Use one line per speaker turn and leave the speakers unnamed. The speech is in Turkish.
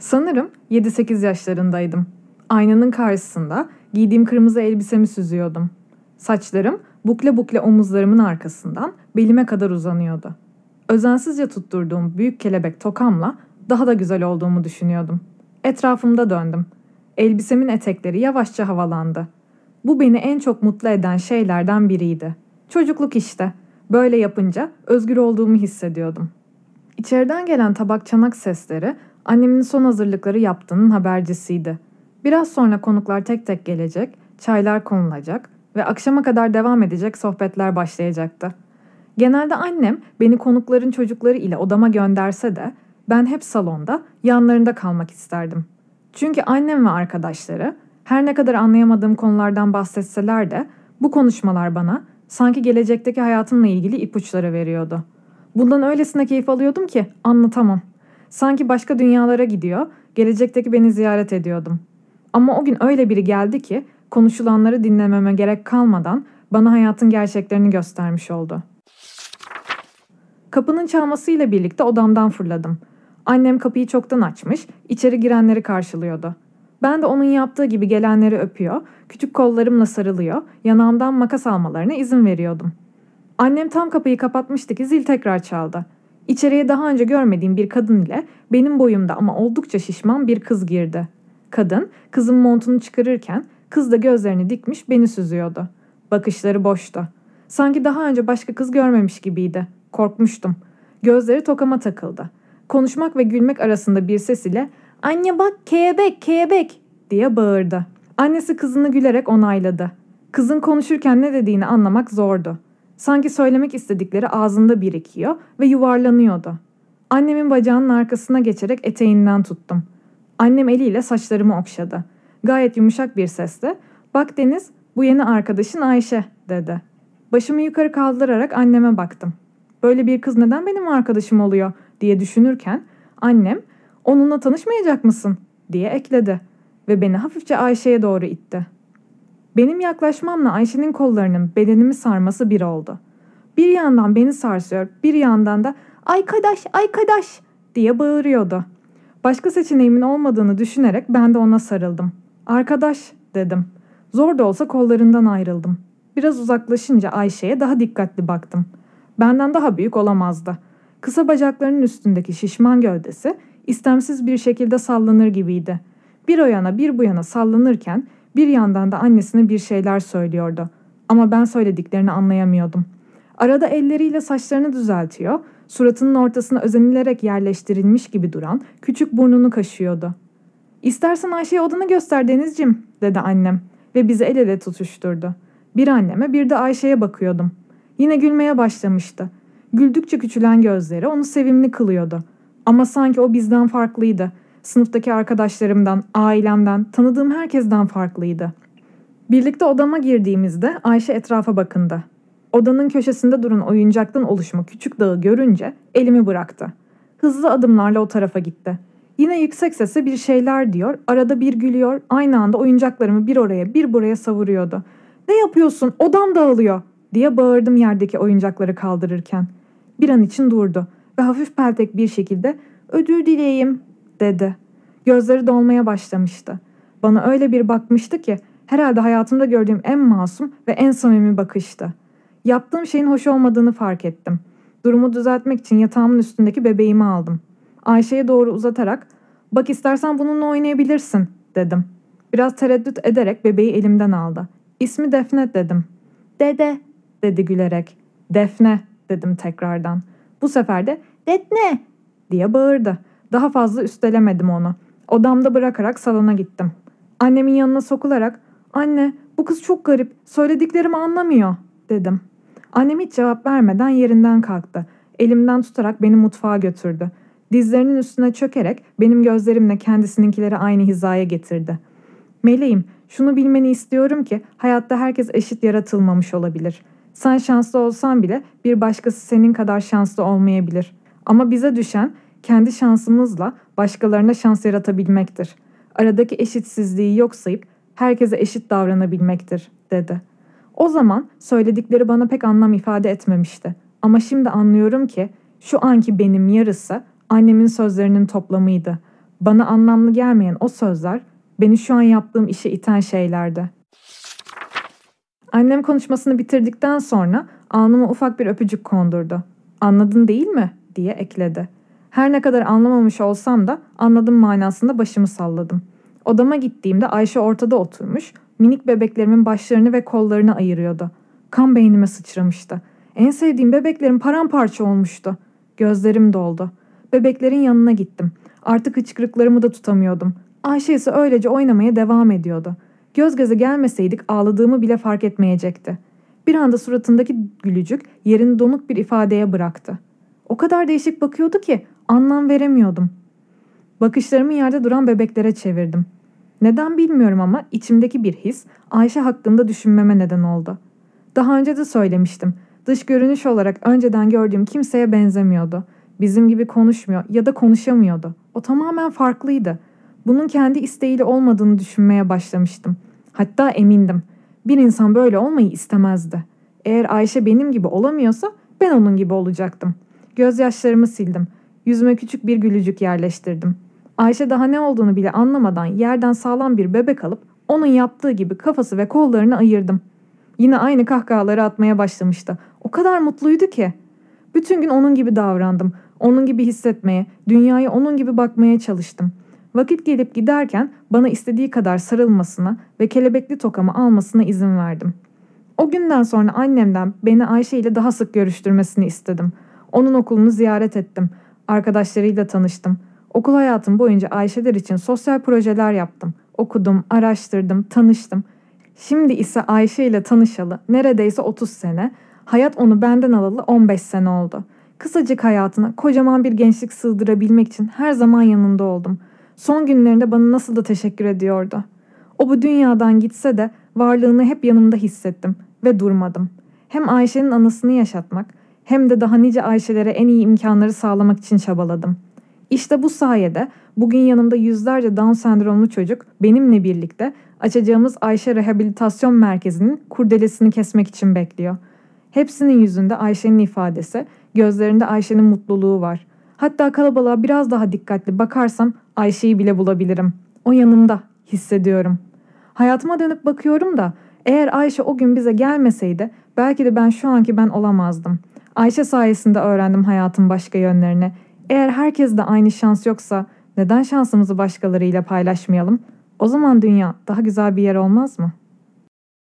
Sanırım 7-8 yaşlarındaydım. Aynanın karşısında giydiğim kırmızı elbisemi süzüyordum. Saçlarım bukle bukle omuzlarımın arkasından belime kadar uzanıyordu. Özensizce tutturduğum büyük kelebek tokamla daha da güzel olduğumu düşünüyordum. Etrafımda döndüm. Elbisemin etekleri yavaşça havalandı. Bu beni en çok mutlu eden şeylerden biriydi. Çocukluk işte. Böyle yapınca özgür olduğumu hissediyordum. İçeriden gelen tabak çanak sesleri annemin son hazırlıkları yaptığının habercisiydi. Biraz sonra konuklar tek tek gelecek, çaylar konulacak ve akşama kadar devam edecek sohbetler başlayacaktı. Genelde annem beni konukların çocukları ile odama gönderse de ben hep salonda, yanlarında kalmak isterdim. Çünkü annem ve arkadaşları her ne kadar anlayamadığım konulardan bahsetseler de bu konuşmalar bana sanki gelecekteki hayatımla ilgili ipuçları veriyordu. Bundan öylesine keyif alıyordum ki anlatamam. Sanki başka dünyalara gidiyor, gelecekteki beni ziyaret ediyordum. Ama o gün öyle biri geldi ki konuşulanları dinlememe gerek kalmadan bana hayatın gerçeklerini göstermiş oldu. Kapının çalmasıyla birlikte odamdan fırladım. Annem kapıyı çoktan açmış, içeri girenleri karşılıyordu. Ben de onun yaptığı gibi gelenleri öpüyor, küçük kollarımla sarılıyor, yanağımdan makas almalarına izin veriyordum. Annem tam kapıyı kapatmıştı ki zil tekrar çaldı. İçeriye daha önce görmediğim bir kadın ile benim boyumda ama oldukça şişman bir kız girdi. Kadın kızın montunu çıkarırken kız da gözlerini dikmiş beni süzüyordu. Bakışları boştu. Sanki daha önce başka kız görmemiş gibiydi. Korkmuştum. Gözleri tokama takıldı. Konuşmak ve gülmek arasında bir ses ile "Anne bak kelebek, kelebek!" diye bağırdı. Annesi kızını gülerek onayladı. Kızın konuşurken ne dediğini anlamak zordu. Sanki söylemek istedikleri ağzında birikiyor ve yuvarlanıyordu. Annemin bacağının arkasına geçerek eteğinden tuttum. Annem eliyle saçlarımı okşadı. Gayet yumuşak bir sesle "Bak Deniz, bu yeni arkadaşın Ayşe," dedi. Başımı yukarı kaldırarak anneme baktım. Böyle bir kız neden benim arkadaşım oluyor diye düşünürken annem "Onunla tanışmayacak mısın?" diye ekledi ve beni hafifçe Ayşe'ye doğru itti. Benim yaklaşmamla Ayşe'nin kollarının bedenimi sarması bir oldu. Bir yandan beni sarsıyor, bir yandan da "Arkadaş, arkadaş!" diye bağırıyordu. Başka seçeneğimin olmadığını düşünerek ben de ona sarıldım. "Arkadaş," dedim. Zor da olsa kollarından ayrıldım. Biraz uzaklaşınca Ayşe'ye daha dikkatli baktım. Benden daha büyük olamazdı. Kısa bacaklarının üstündeki şişman gövdesi istemsiz bir şekilde sallanır gibiydi. Bir o yana bir bu yana sallanırken bir yandan da annesine bir şeyler söylüyordu. Ama ben söylediklerini anlayamıyordum. Arada elleriyle saçlarını düzeltiyor, suratının ortasına özenilerek yerleştirilmiş gibi duran küçük burnunu kaşıyordu. "İstersen Ayşe'ye odanı göster Denizciğim," dedi annem ve bizi el ele tutuşturdu. Bir anneme bir de Ayşe'ye bakıyordum. Yine gülmeye başlamıştı. Güldükçe küçülen gözleri onu sevimli kılıyordu. Ama sanki o bizden farklıydı. Sınıftaki arkadaşlarımdan, ailemden, tanıdığım herkesten farklıydı. Birlikte odama girdiğimizde Ayşe etrafa bakındı. Odanın köşesinde duran oyuncaktan oluşma küçük dağı görünce elimi bıraktı. Hızlı adımlarla o tarafa gitti. Yine yüksek sesle bir şeyler diyor, arada bir gülüyor, aynı anda oyuncaklarımı bir oraya bir buraya savuruyordu. "Ne yapıyorsun? Odam dağılıyor!" diye bağırdım yerdeki oyuncakları kaldırırken. Bir an için durdu ve hafif peltek bir şekilde "Özür dileyim," dedi. Gözleri dolmaya başlamıştı. Bana öyle bir bakmıştı ki herhalde hayatımda gördüğüm en masum ve en samimi bakıştı. Yaptığım şeyin hoş olmadığını fark ettim. Durumu düzeltmek için yatağımın üstündeki bebeğimi aldım. Ayşe'ye doğru uzatarak "Bak istersen bununla oynayabilirsin," dedim. Biraz tereddüt ederek bebeği elimden aldı. "İsmi Defne," dedim. "Dede," dedi gülerek. "Defne," dedim tekrardan. Bu sefer de "Defne," diye bağırdı. Daha fazla üstelemedim onu. Odamda bırakarak salona gittim. Annemin yanına sokularak "Anne, bu kız çok garip, söylediklerimi anlamıyor," dedim. Annem hiç cevap vermeden yerinden kalktı. Elimden tutarak beni mutfağa götürdü. Dizlerinin üstüne çökerek benim gözlerimle kendisininkileri aynı hizaya getirdi. "Meleğim, şunu bilmeni istiyorum ki hayatta herkes eşit yaratılmamış olabilir. Sen şanslı olsan bile bir başkası senin kadar şanslı olmayabilir. Ama bize düşen kendi şansımızla başkalarına şans yaratabilmektir. Aradaki eşitsizliği yok sayıp herkese eşit davranabilmektir," dedi. O zaman söyledikleri bana pek anlam ifade etmemişti. Ama şimdi anlıyorum ki şu anki benim yarısı annemin sözlerinin toplamıydı. Bana anlamlı gelmeyen o sözler, beni şu an yaptığım işe iten şeylerdi. Annem konuşmasını bitirdikten sonra alnıma ufak bir öpücük kondurdu. "Anladın değil mi?" diye ekledi. Her ne kadar anlamamış olsam da anladım manasında başımı salladım. Odama gittiğimde Ayşe ortada oturmuş, minik bebeklerimin başlarını ve kollarını ayırıyordu. Kan beynime sıçramıştı. En sevdiğim bebeklerim paramparça olmuştu. Gözlerim doldu. Bebeklerin yanına gittim. Artık hıçkırıklarımı da tutamıyordum. Ayşe ise öylece oynamaya devam ediyordu. Göz göze gelmeseydik ağladığımı bile fark etmeyecekti. Bir anda suratındaki gülücük yerini donuk bir ifadeye bıraktı. O kadar değişik bakıyordu ki anlam veremiyordum. Bakışlarımı yerde duran bebeklere çevirdim. Neden bilmiyorum ama içimdeki bir his Ayşe hakkında düşünmeme neden oldu. Daha önce de söylemiştim. Dış görünüş olarak önceden gördüğüm kimseye benzemiyordu. Bizim gibi konuşmuyor ya da konuşamıyordu. O tamamen farklıydı. Bunun kendi isteğiyle olmadığını düşünmeye başlamıştım. Hatta emindim. Bir insan böyle olmayı istemezdi. Eğer Ayşe benim gibi olamıyorsa ben onun gibi olacaktım. Gözyaşlarımı sildim. Yüzüme küçük bir gülücük yerleştirdim. Ayşe daha ne olduğunu bile anlamadan yerden sağlam bir bebek alıp onun yaptığı gibi kafası ve kollarını ayırdım. Yine aynı kahkahaları atmaya başlamıştı. O kadar mutluydu ki. Bütün gün onun gibi davrandım. Onun gibi hissetmeye, dünyaya onun gibi bakmaya çalıştım. Vakit gelip giderken bana istediği kadar sarılmasına ve kelebekli tokamı almasına izin verdim. O günden sonra annemden beni Ayşe ile daha sık görüştürmesini istedim. Onun okulunu ziyaret ettim. Arkadaşlarıyla tanıştım. Okul hayatım boyunca Ayşeler için sosyal projeler yaptım. Okudum, araştırdım, tanıştım. Şimdi ise Ayşe ile tanışalı neredeyse 30 sene, hayat onu benden alalı 15 sene oldu. Kısacık hayatına kocaman bir gençlik sığdırabilmek için her zaman yanında oldum. Son günlerinde bana nasıl da teşekkür ediyordu. O bu dünyadan gitse de varlığını hep yanımda hissettim ve durmadım. Hem Ayşe'nin anısını yaşatmak hem de daha nice Ayşe'lere en iyi imkanları sağlamak için çabaladım. İşte bu sayede bugün yanımda yüzlerce Down sendromlu çocuk benimle birlikte açacağımız Ayşe Rehabilitasyon Merkezi'nin kurdelesini kesmek için bekliyor. Hepsinin yüzünde Ayşe'nin ifadesi, gözlerinde Ayşe'nin mutluluğu var. Hatta kalabalığa biraz daha dikkatli bakarsam Ayşe'yi bile bulabilirim. O yanımda, hissediyorum. Hayatıma dönüp bakıyorum da eğer Ayşe o gün bize gelmeseydi belki de ben şu anki ben olamazdım. Ayşe sayesinde öğrendim hayatın başka yönlerini. Eğer herkes de aynı şans yoksa neden şansımızı başkalarıyla paylaşmayalım? O zaman dünya daha güzel bir yer olmaz mı?